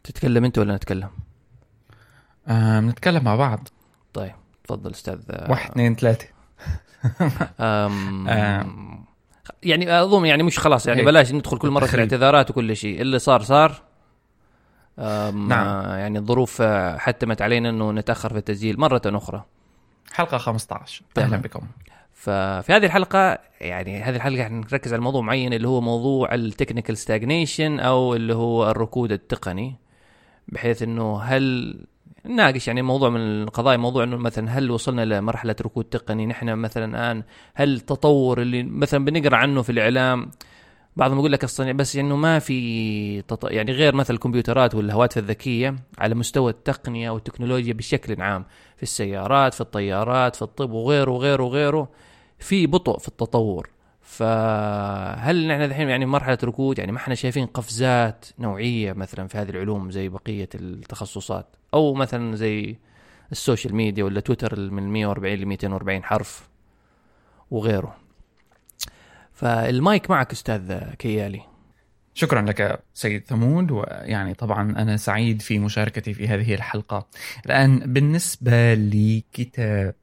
تتكلم انت ولا نتكلم؟ نتكلم مع بعض. طيب تفضل استاذ. 1 2 3. يعني اظن يعني مش خلاص يعني بلاش ندخل كل مره في الاعتذارات وكل شيء اللي صار. نعم. يعني الظروف حتمت علينا انه نتاخر في التسجيل مره اخرى. حلقه 15. اهلا بكم. ففي هذه الحلقه يعني هذه الحلقه نركز على موضوع معين اللي هو موضوع التكنيكال ستاجنيشن او اللي هو الركود التقني، بحيث انه هل ناقش يعني موضوع من القضايا، موضوع انه مثلا هل وصلنا لمرحله ركود تقني نحن مثلا الان؟ هل التطور اللي مثلا بنقرا عنه في الاعلام بعضهم يقول لك اصلا بس انه ما في يعني غير مثل الكمبيوترات والهواتف الذكيه على مستوى التقنيه والتكنولوجيا بشكل عام في السيارات في الطيارات في الطب وغيره وغيره وغيره في بطء في التطور. فهل نحن الحين يعني مرحله ركود؟ يعني ما احنا شايفين قفزات نوعيه مثلا في هذه العلوم زي بقيه التخصصات، او مثلا زي السوشيال ميديا ولا تويتر من 140 ل 240 حرف وغيره. فالمايك معك أستاذ كيالي. شكرا لك سيد ثمود، ويعني طبعا أنا سعيد في مشاركتي في هذه الحلقة. الآن بالنسبة لكتاب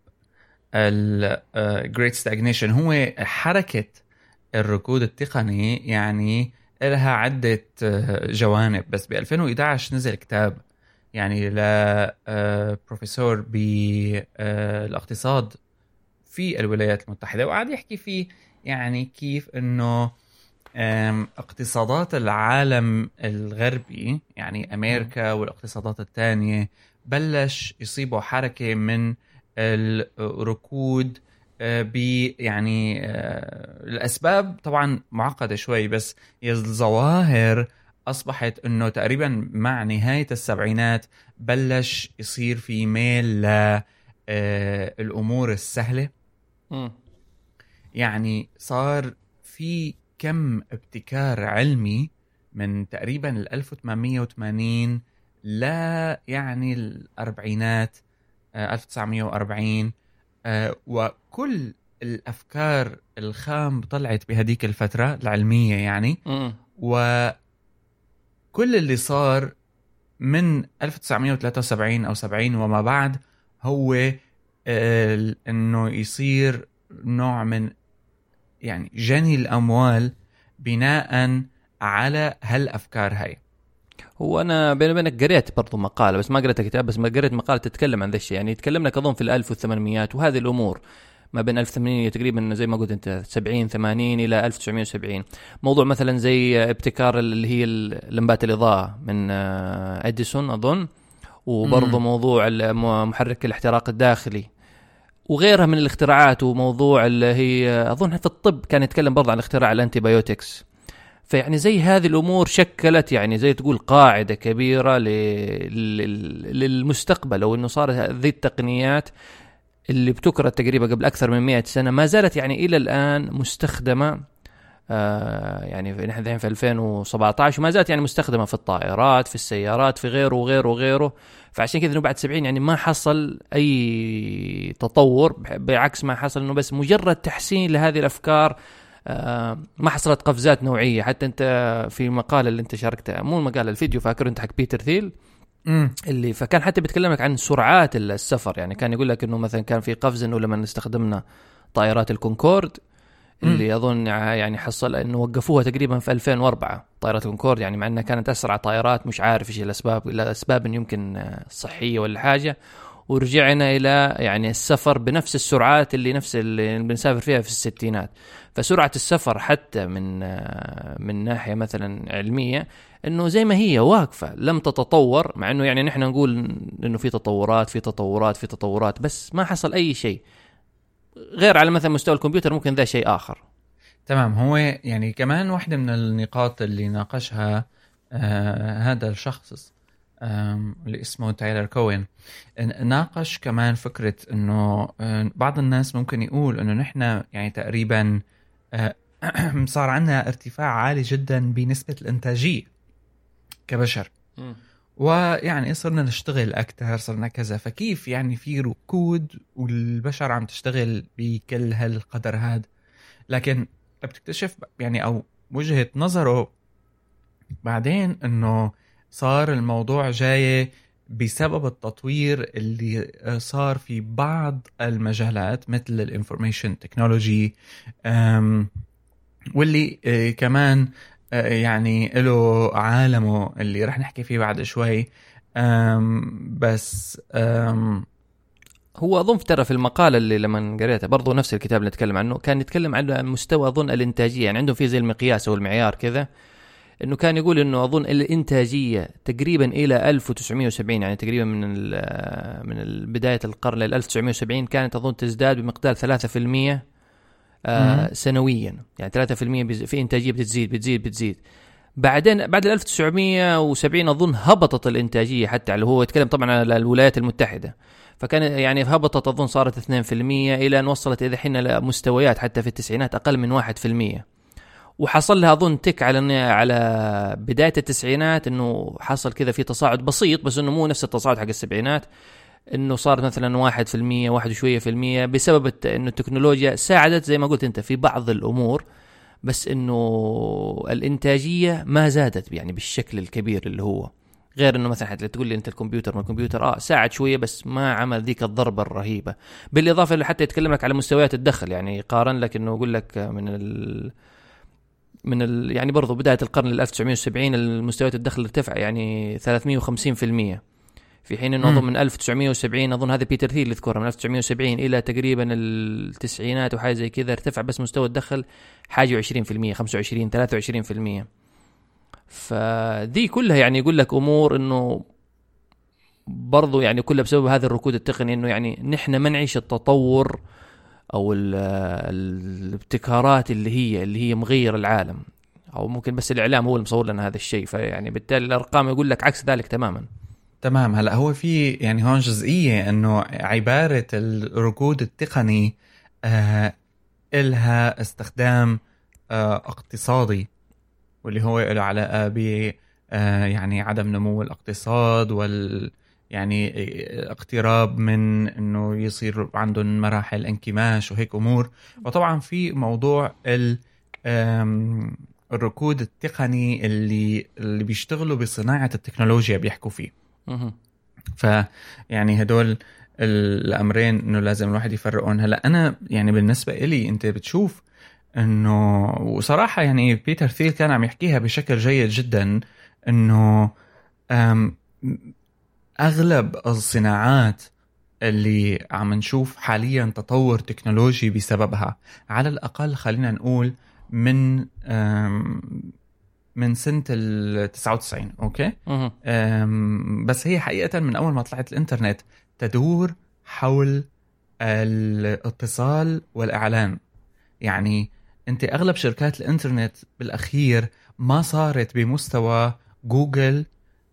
Great Stagnation هو حركة الركود التقني، يعني لها عدة جوانب. بس ب 2011 نزل كتاب يعني لبروفيسور بالاقتصاد في الولايات المتحدة، وقعد يحكي فيه يعني كيف انه اقتصادات العالم الغربي يعني امريكا والاقتصادات الثانية بلش يصيبوا حركة من الركود يعني الاسباب طبعا معقدة شوي، بس الظواهر اصبحت انه تقريبا مع نهاية السبعينات بلش يصير في ميل للامور السهلة. يعني صار في كم ابتكار علمي من تقريبا 1880 لا يعني الأربعينات 1940 وكل الأفكار الخام طلعت بهديك الفترة العلمية يعني. وكل اللي صار من 1973 أو 70 وما بعد هو إنه يصير نوع من يعني جني الأموال بناء على هالأفكار هاي. هو أنا بيني وبينك قريت برضو مقالة، بس ما قريت كتاب، بس ما قريت مقالة تتكلم عن ذا الشيء. يعني يتكلم لك أظن في 1800 وهذه الأمور ما بين 1800 تقريبا زي ما قلت أنت 70 80 إلى 1970. موضوع مثلا زي ابتكار اللي هي لمبات الإضاءة من أديسون أظن، وبرضو موضوع محرك الاحتراق الداخلي وغيرها من الاختراعات. وموضوع اللي هي أظن في الطب كان يتكلم برضه عن اختراع الانتيبيوتكس. فيعني زي هذه الأمور شكلت يعني زي تقول قاعدة كبيرة للمستقبل، أو أنه صارت هذه التقنيات اللي ابتكرت تقريبا قبل أكثر من 100 سنة ما زالت يعني إلى الآن مستخدمة. يعني نحن الحين في 2017 وما زالت يعني مستخدمة في الطائرات في السيارات في غيره وغيره وغيره. فعشان كذا إنه بعد 70 يعني ما حصل أي تطور، بعكس ما حصل إنه بس مجرد تحسين لهذه الأفكار. ما حصلت قفزات نوعية. حتى أنت في مقالة اللي أنت شاركتها، مو المقالة، الفيديو فاكر أنت حق بيتر ثيل اللي فكان حتى بيتكلمك عن سرعات السفر. يعني كان يقول لك إنه مثلا كان في قفز إنه لما استخدمنا طائرات الكونكورد اللي أظن يعني حصل إنه وقفوها تقريبا في 2004 طائرة الكونكورد، يعني مع أنها كانت أسرع طائرات، مش عارف إيش الأسباب إن يمكن صحية ولا حاجة. ورجعنا إلى يعني السفر بنفس السرعات اللي بنسافر فيها في الستينات. فسرعة السفر حتى من ناحية مثلا علمية إنه زي ما هي واقفة لم تتطور، مع إنه يعني نحن نقول إنه في تطورات بس ما حصل أي شيء غير على مثلا مستوى الكمبيوتر. ممكن ذا شيء آخر. تمام. هو يعني كمان واحدة من النقاط اللي ناقشها هذا الشخص اللي اسمه تايلر كوين، ناقش كمان فكرة انه بعض الناس ممكن يقول انه نحن يعني تقريبا صار عندنا ارتفاع عالي جدا بنسبة الانتاجية كبشر، ويعني صرنا نشتغل أكتر، صرنا كذا، فكيف يعني في ركود والبشر عم تشتغل بكل هالقدر هذا. لكن بتكتشف يعني أو وجهة نظره بعدين أنه صار الموضوع جاي بسبب التطوير اللي صار في بعض المجالات مثل الانفورميشن تكنولوجي، واللي كمان يعني له عالمه اللي رح نحكي فيه بعد شوي. بس هو أظن ترى في المقالة اللي لما قريتها برضو نفس الكتاب اللي نتكلم عنه كان يتكلم عن مستوى أظن الإنتاجية، يعني عندهم فيه زي المقياس أو المعيار كذا، إنه كان يقول إنه أظن الإنتاجية تقريبا إلى 1970، يعني تقريبا من بداية القرن ل 1970 كانت أظن تزداد بمقدار 3% سنويا، يعني 3% في إنتاجية بتزيد. بعدين بعد 1970 أظن هبطت الإنتاجية، حتى اللي هو يتكلم طبعا على الولايات المتحدة، فكان يعني هبطت أظن صارت 2% إلى أن وصلت إذا حين لمستويات حتى في التسعينات أقل من 1%. وحصل لها أظن تك على بداية التسعينات إنه حصل كذا في تصاعد بسيط، بس إنه مو نفس التصاعد حق السبعينات، إنه صارت مثلا 1%، 1% بسبب إنه التكنولوجيا ساعدت زي ما قلت أنت في بعض الأمور، بس إنه الإنتاجية ما زادت يعني بالشكل الكبير اللي هو. غير إنه مثلا حتى تقول لي أنت الكمبيوتر ساعد شوية بس ما عمل ذيك الضربة الرهيبة. بالإضافة اللي حتى يتكلم لك على مستويات الدخل، يعني قارن لك إنه يقول لك يعني برضو بداية القرن 1970 المستويات الدخل ارتفع يعني 350%، في حين انه اظن من 1970 اظن هذا بيتر ثيل يذكرها من 1970 الى تقريبا التسعينات وحاجه زي كذا ارتفع بس مستوى الدخل حاجه 20%، 25 23%. فذي كلها يعني يقول لك امور انه برضو يعني كلها بسبب هذا الركود التقني، انه يعني نحن ما نعيش التطور او الابتكارات اللي هي مغير العالم، او ممكن بس الاعلام هو اللي مصور لنا هذا الشيء. فيعني بالتالي الارقام يقول لك عكس ذلك تماما. تمام. هلا هو في يعني هون جزئيه انه عباره الركود التقني إلها استخدام اقتصادي، واللي هو له علاقه ب يعني عدم نمو الاقتصاد يعني اقتراب من انه يصير عندهم مراحل انكماش وهيك امور. وطبعا في موضوع الركود التقني اللي بيشتغلوا بصناعة التكنولوجيا بيحكوا فيه. فيعني هدول الامرين انه لازم الواحد يفرقون. هلا انا يعني بالنسبة إلي انت بتشوف انه وصراحة يعني بيتر ثيل كان عم يحكيها بشكل جيد جدا، انه أغلب الصناعات اللي عم نشوف حاليا تطور تكنولوجي بسببها، على الأقل خلينا نقول من سنة 99 أوكي. بس هي حقيقة من أول ما طلعت الإنترنت تدور حول الاتصال والإعلان. يعني أنت أغلب شركات الإنترنت بالأخير ما صارت بمستوى جوجل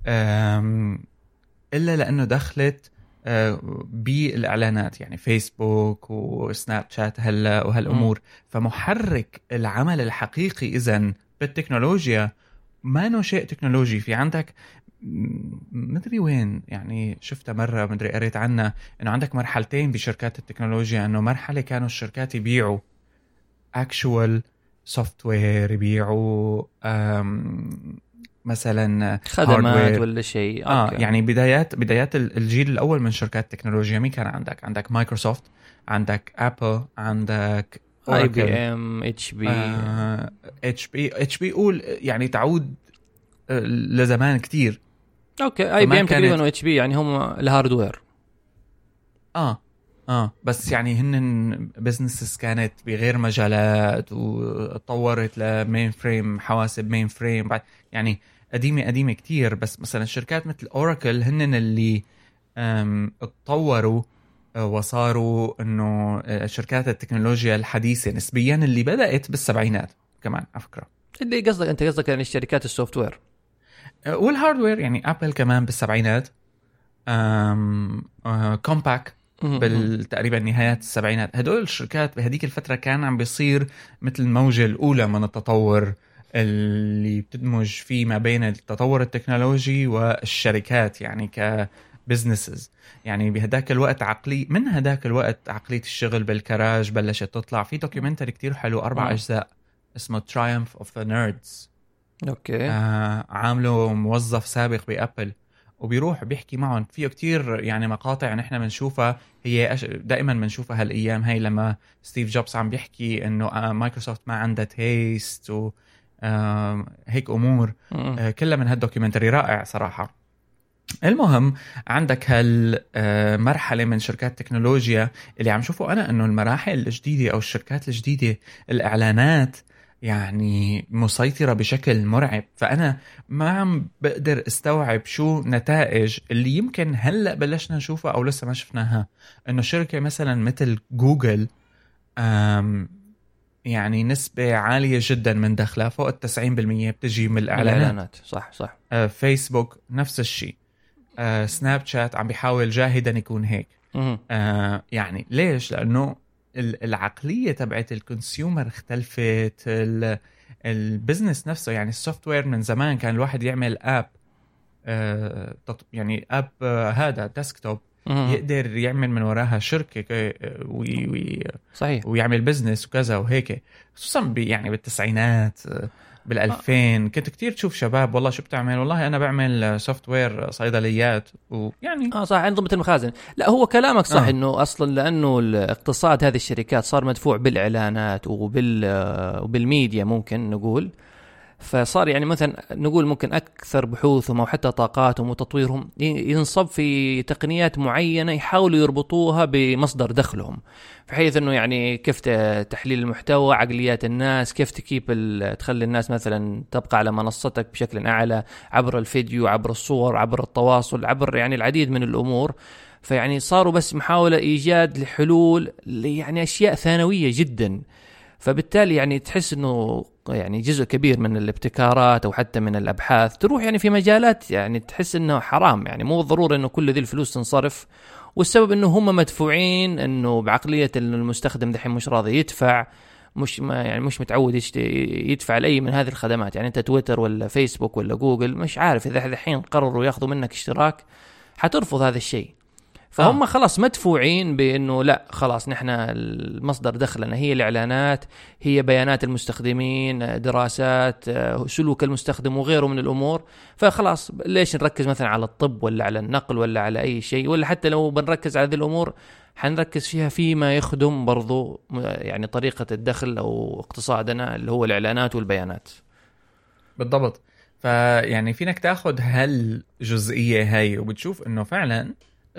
إلا لأنه دخلت بالإعلانات، يعني فيسبوك وسناب شات هلا وهالأمور. فمحرك العمل الحقيقي إذن بالتكنولوجيا ما نو شيء تكنولوجي. في عندك مدري وين يعني شفتها مرة مدري قريت عنها إنه عندك مرحلتين بشركات التكنولوجيا، إنه مرحلة كانوا الشركات يبيعوا actual software، يبيعوا مثلا خدمات ولا شيء. يعني بدايات الجيل الاول من شركات التكنولوجيا مين كان عندك مايكروسوفت، عندك ابل، عندك اي بي ام، اتش بي قول يعني تعود لزمان كتير. اوكي اي بي ام تقريبا واتش بي يعني هم الهاردوير. بس يعني هن بزنسز كانت بغير مجالات وتطورت لمين فريم، حواسب مين فريم بعد يعني قديمة كتير. بس مثلا شركات مثل أوراكل هن اللي اتطوروا وصاروا انه شركات التكنولوجيا الحديثة نسبيا اللي بدأت بالسبعينات كمان على فكرة. اللي قصدك يعني شركات السوفت وير والهاردوير، يعني أبل كمان بالسبعينات، كومباك بالتقريبا نهايات السبعينات. هدول الشركات بهديك الفترة كان عم بيصير مثل الموجة الأولى من التطور اللي بتدمج فيه ما بين التطور التكنولوجي والشركات يعني كبزنسز. يعني بهداك الوقت عقلية الشغل بالكراج بلشت تطلع. في دوكيومنتري كتير حلو 4 أجزاء اسمه Triumph of the Nerds. اوكي. عامله موظف سابق بأبل، وبيروح بيحكي معهم. فيه كتير يعني مقاطع نحن بنشوفها، هي دائما بنشوفها هالأيام هاي، لما ستيف جوبز عم بيحكي إنه مايكروسوفت ما عندها تيست هيك أمور. كلها من هالدوكيومنتري رائع صراحة. المهم، عندك هالمرحلة من شركات تكنولوجيا اللي عم شوفوا أنا إنه المراحل الجديدة أو الشركات الجديدة الإعلانات يعني مسيطرة بشكل مرعب. فأنا ما عم بقدر استوعب شو نتائج اللي يمكن هلأ بلشنا نشوفها أو لسه ما شفناها. إنه شركة مثلا مثل جوجل يعني نسبة عالية جدا من دخلها، فوق 90% بتجي من الإعلانات. صح. فيسبوك نفس الشيء. سناب شات عم بيحاول جاهدا يكون هيك. يعني ليش؟ لأنه العقلية تبعت الكونسيومر اختلفت، البزنس نفسه. يعني السوفت وير من زمان كان الواحد يعمل اب، يعني اب هذا ديسكتوب يقدر يعمل من وراها شركة صحيح، ويعمل بزنس وكذا وهيك. خصوصا يعني بالتسعينات بال2000 كنت كتير تشوف شباب والله شو بتعمل، والله أنا بعمل سوفت وير صيدليات ويعني صح، أنظمة المخازن. لا هو كلامك صح إنه أصلا لأنه الاقتصاد هذه الشركات صار مدفوع بالإعلانات وبالميديا ممكن نقول. فصار يعني مثلا نقول ممكن أكثر بحوثهم أو حتى طاقاتهم وتطويرهم ينصب في تقنيات معينة يحاولوا يربطوها بمصدر دخلهم، بحيث أنه يعني كيف تحليل المحتوى، عقليات الناس، كيف تخلي الناس مثلا تبقى على منصتك بشكل أعلى عبر الفيديو، عبر الصور، عبر التواصل، عبر يعني العديد من الأمور. فيعني صاروا بس محاولة إيجاد لحلول يعني أشياء ثانوية جدا. فبالتالي يعني تحس انه يعني جزء كبير من الابتكارات او حتى من الابحاث تروح يعني في مجالات يعني تحس انه حرام، يعني مو ضروري انه كل ذي الفلوس تنصرف. والسبب انه هم مدفوعين انه بعقلية المستخدم دحين مش راضي يدفع، مش متعود يدفع لأي من هذه الخدمات. يعني انت تويتر ولا فيسبوك ولا جوجل مش عارف اذا الحين قرروا ياخذوا منك اشتراك حترفض هذا الشيء. فهم خلاص مدفوعين بأنه لا خلاص نحن المصدر دخلنا هي الإعلانات، هي بيانات المستخدمين، دراسات سلوك المستخدم وغيره من الأمور. فخلاص ليش نركز مثلا على الطب ولا على النقل ولا على أي شيء، ولا حتى لو بنركز على هذه الأمور حنركز فيها فيما يخدم برضو يعني طريقة الدخل أو اقتصادنا اللي هو الإعلانات والبيانات. بالضبط. فيعني فينك تاخد هالجزئية هاي وبتشوف إنه فعلا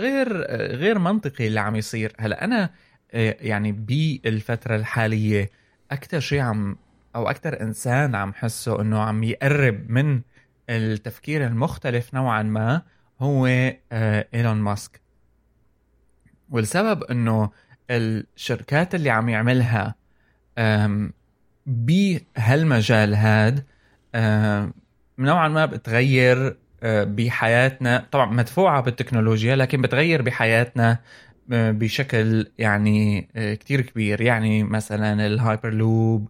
غير منطقي اللي عم يصير هلا. انا يعني بالفتره الحاليه اكثر شيء او اكثر انسان عم حسه انه عم يقرب من التفكير المختلف نوعا ما هو إيلون ماسك. والسبب انه الشركات اللي عم يعملها بهالمجال هاد نوعا ما بتغير بحياتنا. طبعا مدفوعة بالتكنولوجيا لكن بتغير بحياتنا بشكل يعني كتير كبير. يعني مثلا الهايبر لوب،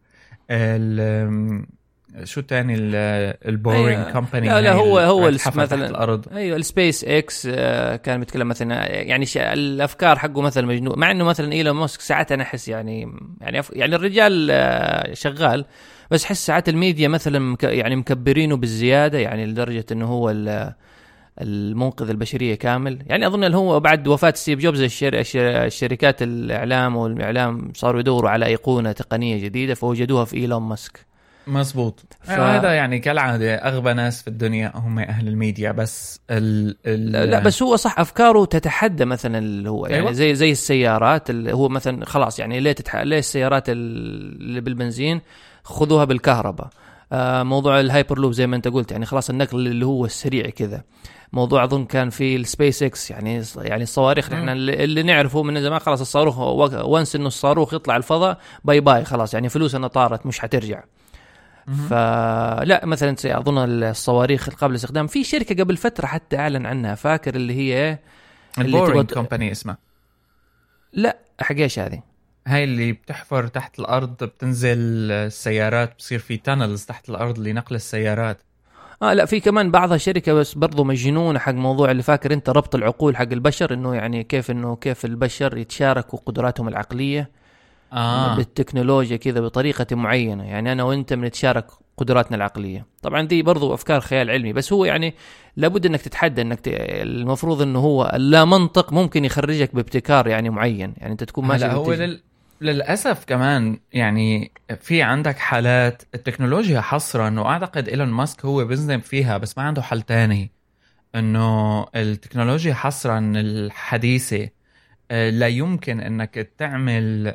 شو تاني البورينج كومباني. لا هو مثلا الأرض. ايوه السبيس اكس كان بيتكلم مثلا يعني الافكار حقه مثلا مجنون، مع انه مثلا ايلون ماسك ساعات انا احس يعني الرجال شغال، بس حس ساعات الميديا مثلا يعني مكبرينه بالزياده، يعني لدرجه انه هو المنقذ البشريه كامل. يعني اظن اللي هو بعد وفاه ستيف جوبز الشركات الاعلام والاعلام صاروا يدوروا على ايقونه تقنيه جديده فوجدوها في ايلون ماسك. مزبوط. هذا يعني كالعاده اغبى ناس في الدنيا هم اهل الميديا. بس لا بس هو صح افكاره تتحدى مثلا اللي هو يعني أيوة. زي السيارات اللي هو مثلا خلاص يعني ليه السيارات اللي بالبنزين خذوها بالكهرباء. موضوع الهايبر لوب زي ما انت قلت يعني خلاص النقل اللي هو السريع كذا. موضوع اظن كان في السبيس اكس يعني الصواريخ احنا اللي نعرفه من زمان خلاص الصاروخ وانس انه الصاروخ يطلع الفضاء باي باي خلاص يعني فلوسنا طارت مش حترجع. فلا مثلا اظن الصواريخ قبل الاستخدام في شركه قبل فتره حتى اعلن عنها، فاكر اللي هي البورينج كومباني اسمها. لا حقيش هذه هاي اللي بتحفر تحت الارض، بتنزل السيارات بصير في تانلز تحت الارض لنقل السيارات. لا في كمان بعضها شركه بس برضو مجنونه حق موضوع اللي فاكر انت ربط العقول حق البشر، انه يعني كيف البشر يتشاركوا قدراتهم العقليه بالتكنولوجيا كذا بطريقة معينة. يعني أنا وأنت بنتشارك قدراتنا العقلية. طبعا دي برضو أفكار خيال علمي، بس هو يعني لابد أنك تتحدى أنك المفروض أنه هو لا منطق ممكن يخرجك بابتكار يعني معين، يعني أنت تكون ماشي هو للأسف كمان يعني في عندك حالات التكنولوجيا حصرا، أنه أعتقد إيلون ماسك هو بيذنب فيها بس ما عنده حل تاني، أنه التكنولوجيا حصرا الحديثة لا يمكن أنك تعمل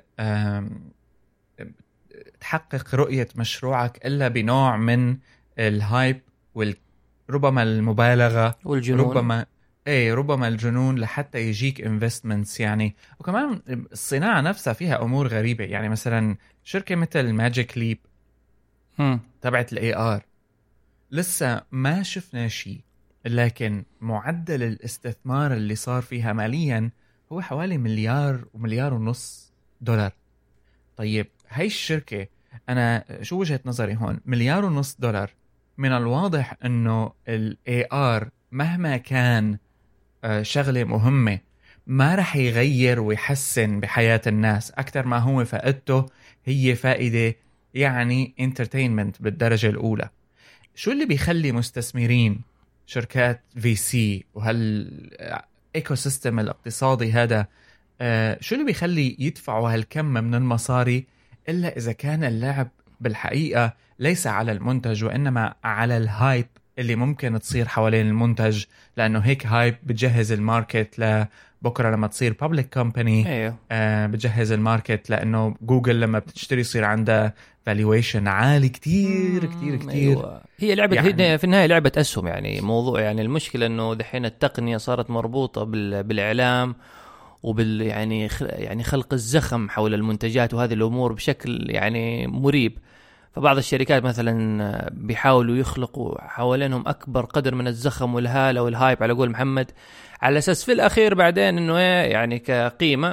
تحقق رؤية مشروعك إلا بنوع من الهايب وربما المبالغة والجنون، ربما الجنون لحتى يجيك investments يعني. وكمان الصناعة نفسها فيها أمور غريبة، يعني مثلا شركة مثل ماجيك ليب تبعت الاي ار لسه ما شفنا شيء، لكن معدل الاستثمار اللي صار فيها ماليا هو حوالي مليار ونص دولار. طيب هاي الشركة، أنا شو وجهة نظري هون، مليار ونص دولار، من الواضح أنه ال AR مهما كان شغلة مهمة ما رح يغير ويحسن بحياة الناس، أكتر ما هو فائدته هي فائدة يعني entertainment بالدرجة الأولى. شو اللي بيخلي مستثمرين شركات VC وهالإيكو سيستم الاقتصادي هذا شو اللي بيخلي يدفعوا هالكم من المصاري إلا إذا كان اللعب بالحقيقة ليس على المنتج وإنما على الهايب اللي ممكن تصير حوالين المنتج، لأنه هيك هايب بتجهز الماركت لبكرة لما تصير public company. بتجهز الماركت لأنه جوجل لما بتشتري يصير عندها valuation عالي كتير كتير كتير. أيوة. هي لعبة يعني في النهاية لعبة أسهم، يعني موضوع يعني المشكلة أنه دحين التقنية صارت مربوطة بالإعلام يعني خلق الزخم حول المنتجات وهذه الأمور بشكل يعني مريب. فبعض الشركات مثلا بيحاولوا يخلقوا حوالينهم أكبر قدر من الزخم والهالة والهايب على قول محمد، على أساس في الأخير بعدين إنه يعني كقيمة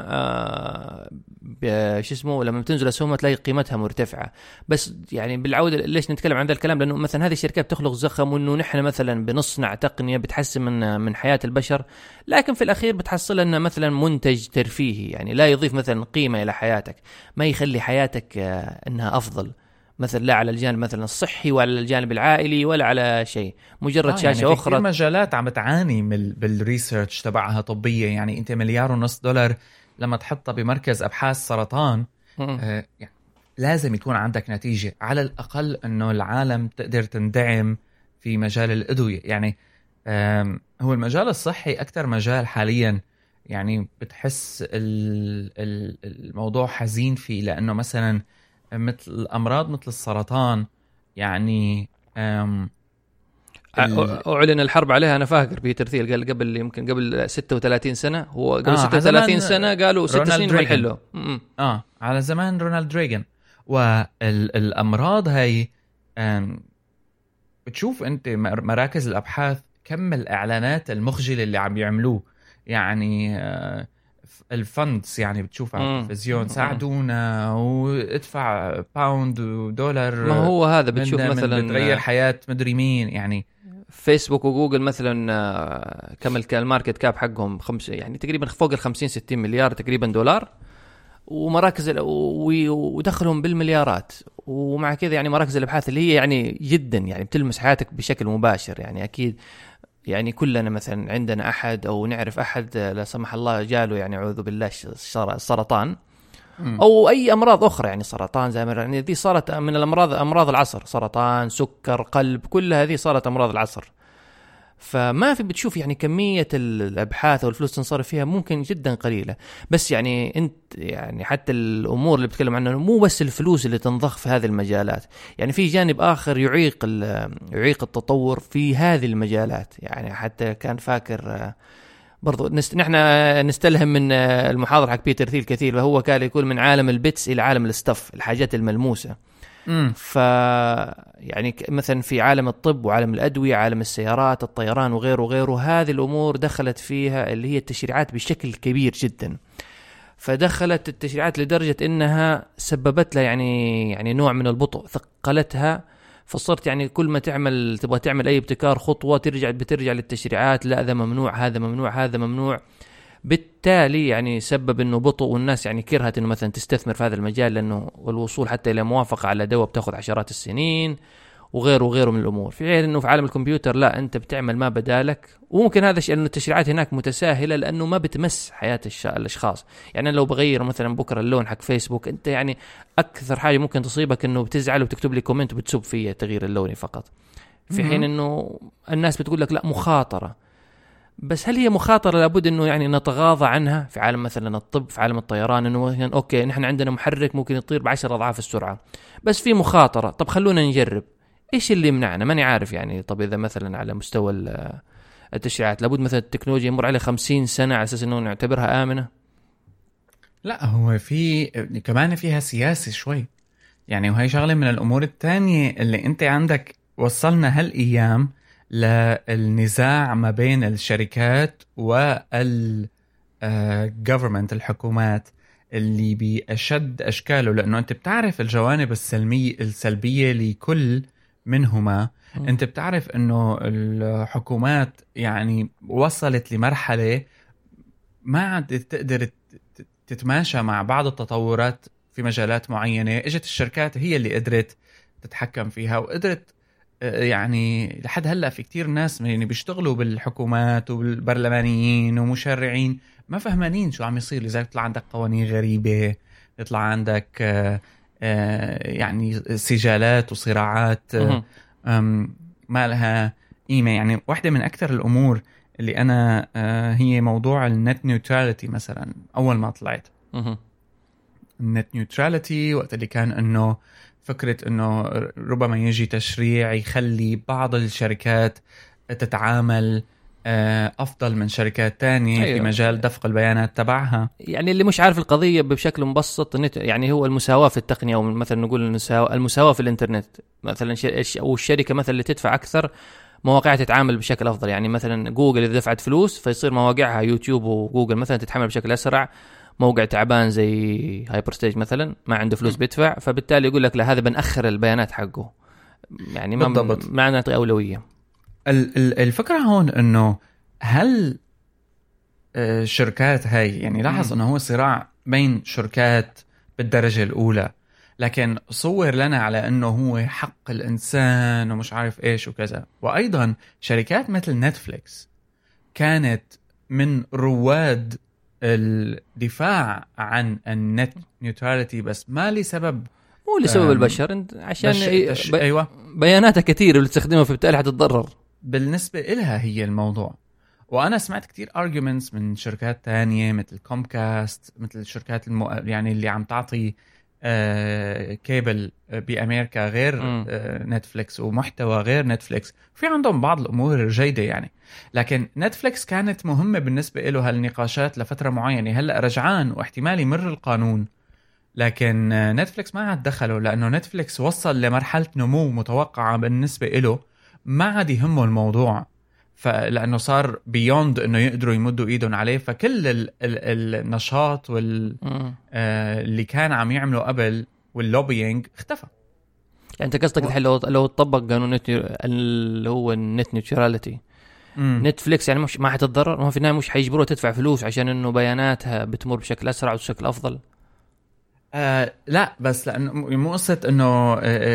شو اسمه لما بتنزل أسهمها تلاقي قيمتها مرتفعة. بس يعني بالعودة ليش نتكلم عن ذا الكلام؟ لأنه مثلا هذه الشركات بتخلق زخم، وإنه نحن مثلا بنصنع تقنية بتحسن من حياة البشر، لكن في الأخير بتحصل لنا مثلا منتج ترفيهي يعني لا يضيف مثلا قيمة إلى حياتك، ما يخلي حياتك إنها أفضل مثلا، لا على الجانب مثلا الصحي ولا الجانب العائلي ولا على شيء، مجرد شاشة يعني أخرى. في مجالات عم تعاني بالريسيرش تبعها طبية، يعني أنت $1.5 لما تحطها بمركز أبحاث سرطان يعني لازم يكون عندك نتيجة على الأقل أنه العالم تقدر تندعم في مجال الأدوية. يعني هو المجال الصحي أكتر مجال حاليا يعني بتحس الموضوع حزين فيه، لأنه مثلا مثل الأمراض مثل السرطان يعني أعلن الحرب عليها. أنا فاكر بيتر ثيل قال قبل 36 سنة، هو قبل 36 سنة قالوا 6 سنين بنحله. على زمان رونالد ريغان. والأمراض هاي بتشوف أنت مراكز الأبحاث كم الإعلانات المخجلة اللي عم يعملوه، يعني الفندز يعني بتشوف على التلفزيون ساعدونا وادفع باوند ودولار، ما هو هذا بتشوف مثلا بتغير حياة مدري مين. يعني فيسبوك وجوجل مثلا كم الماركت كاب حقهم يعني تقريبا فوق 50-60 مليار تقريبا دولار، ومراكز ودخلهم بالمليارات. ومع كذا يعني مراكز الابحاث اللي هي يعني جدا يعني بتلمس حياتك بشكل مباشر، يعني اكيد يعني كلنا مثلا عندنا أحد أو نعرف أحد لا سمح الله جاله يعني أعوذ بالله سرطان أو أي أمراض أخرى، يعني سرطان زي ما يعني دي صارت من أمراض العصر، سرطان سكر قلب كل هذه صارت أمراض العصر. فما في بتشوف يعني كمية الأبحاث والفلوس تنصرف فيها ممكن جدا قليلة. بس يعني أنت يعني حتى الأمور اللي بتكلم عنها مو بس الفلوس اللي تنضخ في هذه المجالات، يعني في جانب آخر يعيق التطور في هذه المجالات. يعني حتى كان فاكر برضو نحن نستلهم من المحاضرة حق بيتر ثيل كثير، وهو كان يقول من عالم البيتس إلى عالم الستف، الحاجات الملموسة. يعني مثلا في عالم الطب وعالم الأدوية، عالم السيارات، الطيران وغيره هذه الأمور دخلت فيها اللي هي التشريعات بشكل كبير جدا. فدخلت التشريعات لدرجة إنها سببت لها يعني نوع من البطء، ثقلتها. فصرت يعني كل ما تبغى تعمل أي ابتكار خطوة بترجع للتشريعات، لا هذا ممنوع، هذا ممنوع، هذا ممنوع. بالتالي يعني سبب انه بطء، والناس يعني كرهت انه مثلا تستثمر في هذا المجال، لانه الوصول حتى الى موافقه على دواء بتاخذ عشرات السنين، وغيره من الامور. في حين انه في عالم الكمبيوتر لا، انت بتعمل ما بدالك، وممكن هذا الشيء انه التشريعات هناك متساهله لانه ما بتمس حياه الاشخاص. يعني أنا لو بغير مثلا بكره اللون حق فيسبوك، انت يعني اكثر حاجه ممكن تصيبك انه بتزعل وبتكتب لي كومنت وبتسب فيه تغيير اللوني فقط. في حين انه الناس بتقول لك لا مخاطره، بس هل هي مخاطره لابد انه يعني نتغاضى عنها؟ في عالم مثلا الطب، في عالم الطيران، انه مثلا اوكي نحن عندنا محرك ممكن يطير ب10 اضعاف السرعه، بس في مخاطره، طب خلونا نجرب. ايش اللي يمنعنا؟ ماني عارف يعني. طب اذا مثلا على مستوى التشريعات لابد مثلا التكنولوجيا يمر عليه 50 سنه على اساس انه نعتبرها امنه؟ لا، هو في كمان فيها سياسة شوي يعني، وهي شغلة من الأمور التانية اللي أنت عندك. وصلنا هالأيام للنزاع ما بين الشركات والجوفرمنت، الحكومات، اللي بأشد أشكاله، لأنه أنت بتعرف الجوانب السلبية لكل منهما. أنت بتعرف أنه الحكومات يعني وصلت لمرحلة ما عاد تقدر تتماشى مع بعض التطورات في مجالات معينة. اجت الشركات هي اللي قدرت تتحكم فيها، وقدرت يعني لحد هلأ في كتير ناس يعني بيشتغلوا بالحكومات وبالبرلمانيين ومشرعين ما فهمانين شو عم يصير. لذلك يطلع عندك قوانين غريبة، يطلع عندك يعني سجالات وصراعات ما لها قيمة. يعني واحدة من أكثر الأمور اللي أنا هي موضوع النت نيوتراليتي مثلا. أول ما طلعت النت نيوتراليتي، وقت اللي كان أنه فكرة أنه ربما يجي تشريع يخلي بعض الشركات تتعامل أفضل من شركات تانية. أيوة. في مجال دفق البيانات تبعها. يعني اللي مش عارف القضية بشكل مبسط، يعني هو المساواة في التقنية، أو مثلا نقول المساواة في الإنترنت مثلا، أو الشركة مثلا اللي تدفع أكثر مواقعها تتعامل بشكل أفضل. يعني مثلا جوجل إذا دفعت فلوس فيصير مواقعها يوتيوب وجوجل مثلا تتحمل بشكل أسرع. موقع تعبان زي هايبر ستيج مثلا ما عنده فلوس بيدفع، فبالتالي يقول لك لا، هذا بنأخر البيانات حقه. يعني ما نعطي أولوية. الفكرة هون أنه هل الشركات هاي يعني لاحظ أنه هو صراع بين شركات بالدرجة الأولى، لكن صور لنا على أنه هو حق الإنسان ومش عارف إيش وكذا. وأيضا شركات مثل نتفليكس كانت من رواد الدفاع عن النت نيوتراليتي، بس ما لسبب، مو لسبب البشر، عشان أيوة بياناتها كتير اللي تستخدمها فبالتالي حتتضرر بالنسبة إلها هي الموضوع. وأنا سمعت كتير arguments من شركات تانية مثل كومكاست، مثل الشركات يعني اللي عم تعطي كيبل بأمريكا غير نتفليكس، ومحتوى غير نتفليكس، في عندهم بعض الأمور الجيدة يعني. لكن نتفليكس كانت مهمة بالنسبة له هالنقاشات لفترة معينة. هلأ رجعان واحتمال يمر القانون، لكن نتفليكس ما عاد دخله، لأنه نتفليكس وصل لمرحلة نمو متوقعة بالنسبة له، ما عاد يهمه الموضوع، لأنه صار بيوند أنه يقدروا يمدوا إيدهم عليه. فكل النشاط اللي كان عم يعملوا قبل واللوبينج اختفى. يعني أنت قصدك الحين لو تطبق قانون اللي هو النت نيوتراليتي، نتفليكس يعني مش ما حتتضرر؟ ما في النهاية مش حيجبروها تدفع فلوس عشان إنه بياناتها بتمر بشكل أسرع وبشكل أفضل؟ لا، بس لأنه مو قصة إنه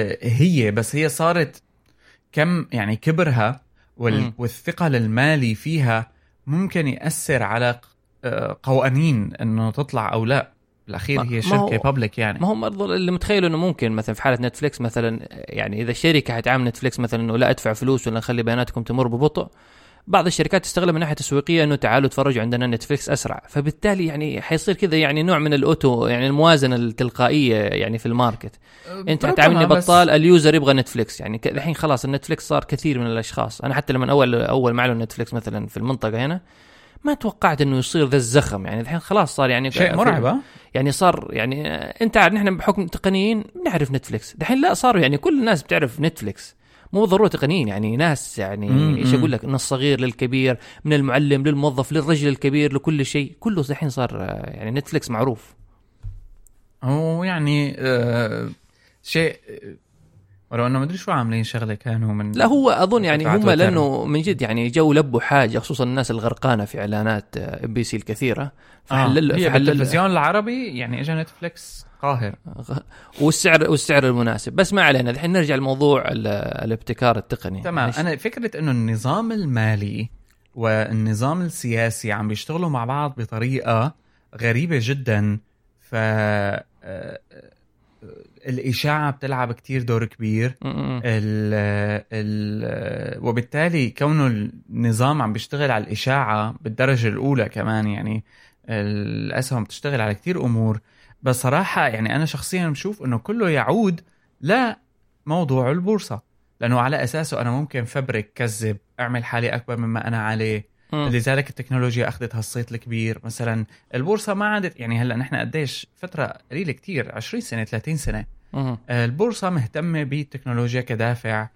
هي صارت كم يعني كبرها والثقل المالي فيها ممكن يأثر على قوانين إنه تطلع أو لا. الأخير هي شركة بابليك يعني. ما هو مرضى اللي متخيلوا إنه ممكن مثلا في حالة نتفليكس مثلا، يعني إذا الشركة هتعامل نتفليكس مثلا إنه لا أدفع فلوس ولا نخلي بياناتكم تمر ببطء، بعض الشركات تستغلها من ناحية تسويقية إنه تعالوا تفرجوا عندنا نتفليكس أسرع، فبالتالي يعني حيصير كذا يعني نوع من الأوتو، يعني الموازنة التلقائية يعني في الماركت. أنت هتعاملني بطال، اليوزر يبغى نتفليكس. يعني الحين خلاص النتفليكس صار كثير من الأشخاص. أنا حتى لما أول ما أعلن نتفليكس مثلا في المنطقة هنا ما توقعت إنه يصير ذا الزخم. يعني الحين خلاص صار يعني شيء مرعب. يعني صار يعني أنت عارف نحن بحكم تقنيين نعرف نتفليكس، الحين لا صاروا يعني كل الناس بتعرف نتفليكس، مو ضروري تقنيين. يعني ناس يعني ايش اقول لك، من الصغير للكبير، من المعلم للموظف للرجل الكبير لكل شيء، كله الحين صار يعني نتفليكس معروف. هو يعني شيء ولو انه ما ادري شو عاملين شغله كانوا من لا هو اظن يعني قطعة هم تويتر. لانه من جد يعني جو لبوا حاجه، خصوصا الناس الغرقانه في اعلانات MBC الكثيره، هي بالتلفزيون العربي يعني اجى نتفليكس قاهر والسعر المناسب. بس ما علينا، الحين نرجع لموضوع الابتكار التقني. تمام. انا فكره انه النظام المالي والنظام السياسي عم بيشتغلوا مع بعض بطريقه غريبه جدا، ف الإشاعة بتلعب كتير دور كبير. وبالتالي كونه النظام عم بيشتغل على الإشاعة بالدرجة الأولى كمان، يعني الأسهم بتشتغل على كتير أمور. بصراحة يعني أنا شخصيا بشوف أنه كله يعود لموضوع البورصة، لأنه على أساسه أنا ممكن فبرك كذب أعمل حالي أكبر مما أنا عليه. لذلك التكنولوجيا أخذت هالصيت الكبير. مثلا البورصة ما عادت يعني هلأ نحن قديش فترة قليلة كتير 20 سنة 30 سنة البورصة مهتمة بالتكنولوجيا كدافع